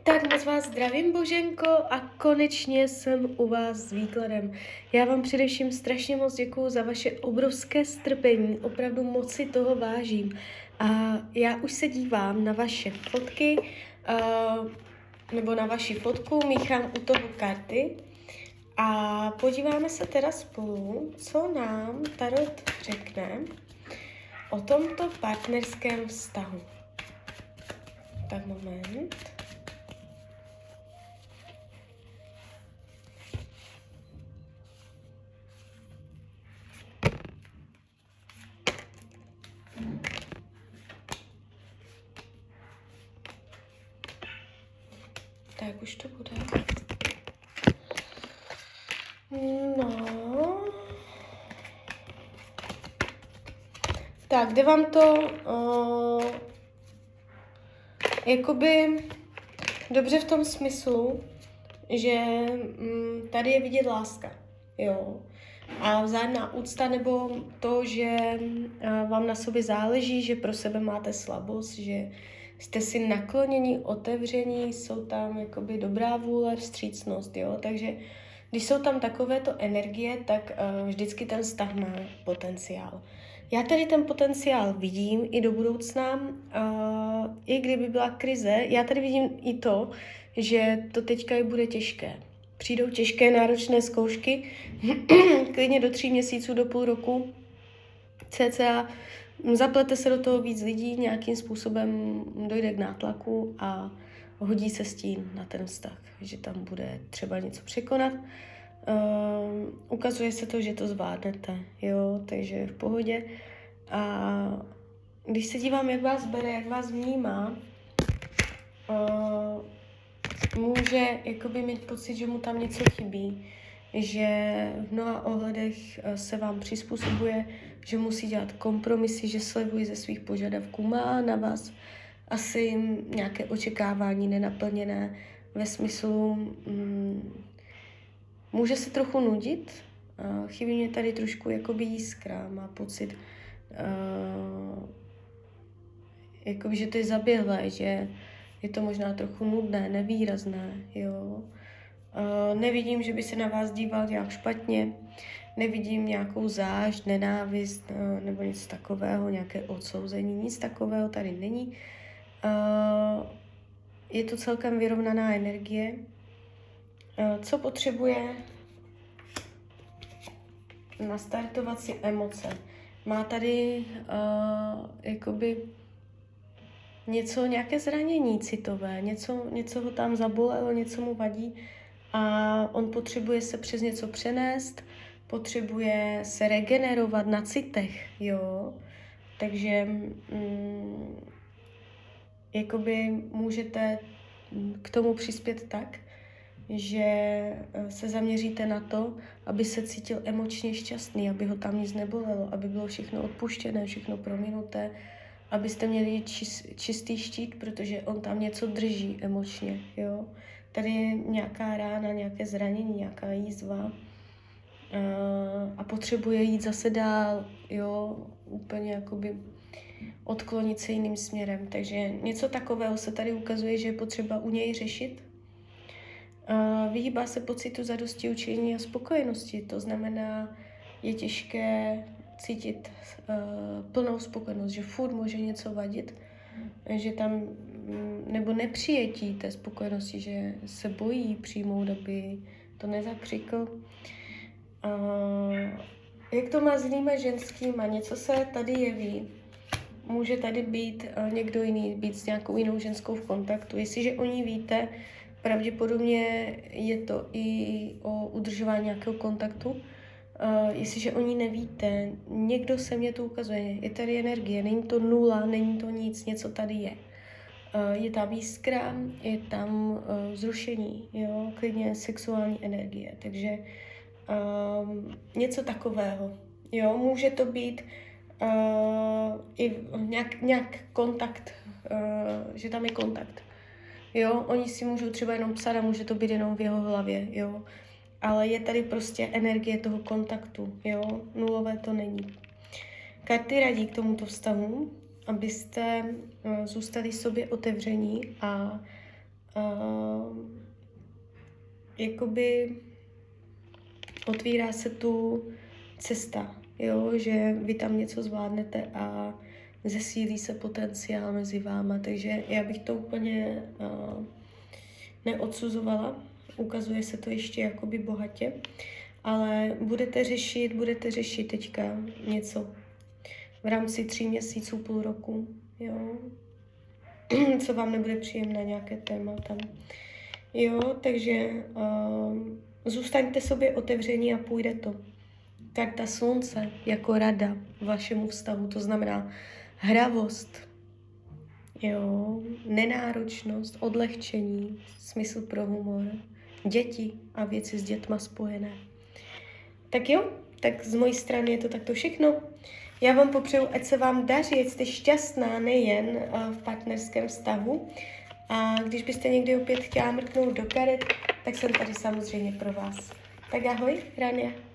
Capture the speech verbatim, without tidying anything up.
Tak moc vás zdravím, Boženko, a konečně jsem u vás s výkladem. Já vám především strašně moc děkuju za vaše obrovské strpení, opravdu moc si toho vážím. A já už se dívám na vaše fotky, uh, nebo na vaši fotku, míchám u toho karty a podíváme se teda spolu, co nám Tarot řekne o tomto partnerském vztahu. Tak moment. Tak už to bude. No. Tak, jde vám to uh, jakoby dobře v tom smyslu, že um, tady je vidět láska, jo. A vzájemná úcta, nebo to, že uh, vám na sobě záleží, že pro sebe máte slabost, že jste si naklonění, otevření, jsou tam jakoby dobrá vůle, vstřícnost, jo. Takže když jsou tam takovéto energie, tak uh, vždycky ten vztah má potenciál. Já tady ten potenciál vidím i do budoucna, uh, i kdyby byla krize, já tady vidím i to, že to teďka i bude těžké. Přijdou těžké, náročné zkoušky, klidně do tří měsíců, do půl roku, cca, zaplete se do toho víc lidí, nějakým způsobem dojde k nátlaku a hodí se stín na ten vztah, že tam bude třeba něco překonat. Uh, ukazuje se to, že to zvládnete, jo, takže v pohodě. A když se dívám, jak vás bere, jak vás vnímá, uh, může jakoby mít pocit, že mu tam něco chybí, že v mnoha ohledech se vám přizpůsobuje, že musí dělat kompromisy, že slevuje ze svých požadavků, má na vás asi nějaké očekávání nenaplněné ve smyslu, mm, může se trochu nudit, uh, chybí mě tady trošku jakoby jiskra, má pocit, uh, jakoby, že to je zaběhlé, že je to možná trochu nudné, nevýrazné, jo. Uh, nevidím, že by se na vás díval nějak špatně, nevidím nějakou zášť, nenávist uh, nebo nic takového, nějaké odsouzení, nic takového tady není. Uh, je to celkem vyrovnaná energie. Uh, co potřebuje? Nastartovat si emoce. Má tady uh, jakoby něco, nějaké zranění citové, něco, něco ho tam zabolelo, něco mu vadí a on potřebuje se přes něco přenést, potřebuje se regenerovat na citech, jo. Takže mm, jakoby můžete k tomu přispět tak, že se zaměříte na to, aby se cítil emočně šťastný, aby ho tam nic nebolelo, aby bylo všechno odpuštěné, všechno prominuté, abyste měli čist, čistý štít, protože on tam něco drží emočně, jo. Tady je nějaká rána, nějaké zranění, nějaká jízva a potřebuje jít zase dál, jo, úplně jakoby odklonit se jiným směrem. Takže něco takového se tady ukazuje, že je potřeba u něj řešit. Vyhýbá se pocitu zadosti učinění a spokojenosti, to znamená, je těžké cítit uh, plnou spokojenost, že furt může něco vadit, že tam, nebo nepřijetí té spokojenosti, že se bojí přijmout, aby to nezakřikl. Uh, jak to má s jinýma ženskýma, něco se tady jeví, může tady být uh, někdo jiný, být s nějakou jinou ženskou v kontaktu. Jestliže o ní víte, pravděpodobně je to i o udržování nějakého kontaktu. Uh, jestliže o ní nevíte, někdo se mě to ukazuje, je tady energie, není to nula, není to nic, něco tady je. Uh, je tam jiskra, je tam uh, vzrušení, jo, klidně sexuální energie, takže um, něco takového, jo, může to být uh, i nějak, nějak kontakt, uh, že tam je kontakt, jo, oni si můžou třeba jenom psat a může to být jenom v jeho hlavě, jo, ale je tady prostě energie toho kontaktu, jo, nulové to není. Karty radí k tomuto vztahu, abyste uh, zůstali sobě otevření a uh, jakoby otvírá se tu cesta, jo, že vy tam něco zvládnete a zesílí se potenciál mezi váma, takže já bych to úplně uh, neodsuzovala, ukazuje se to ještě jakoby bohatě, ale budete řešit, budete řešit teďka něco v rámci tří měsíců, půl roku, jo, co vám nebude příjemné, nějaké témata. Jo, takže uh, zůstaňte sobě otevření a půjde to. Karta slunce jako rada vašemu vztahu, to znamená hravost, jo, nenáročnost, odlehčení, smysl pro humor, děti a věci s dětma spojené. Tak jo, tak z mojí strany je to takto všechno. Já vám popřeju, ať se vám daří, ať jste šťastná nejen uh, v partnerském vztahu. A když byste někdy opět chtěla mrknout do karet, tak jsem tady samozřejmě pro vás. Tak ahoj, Rania.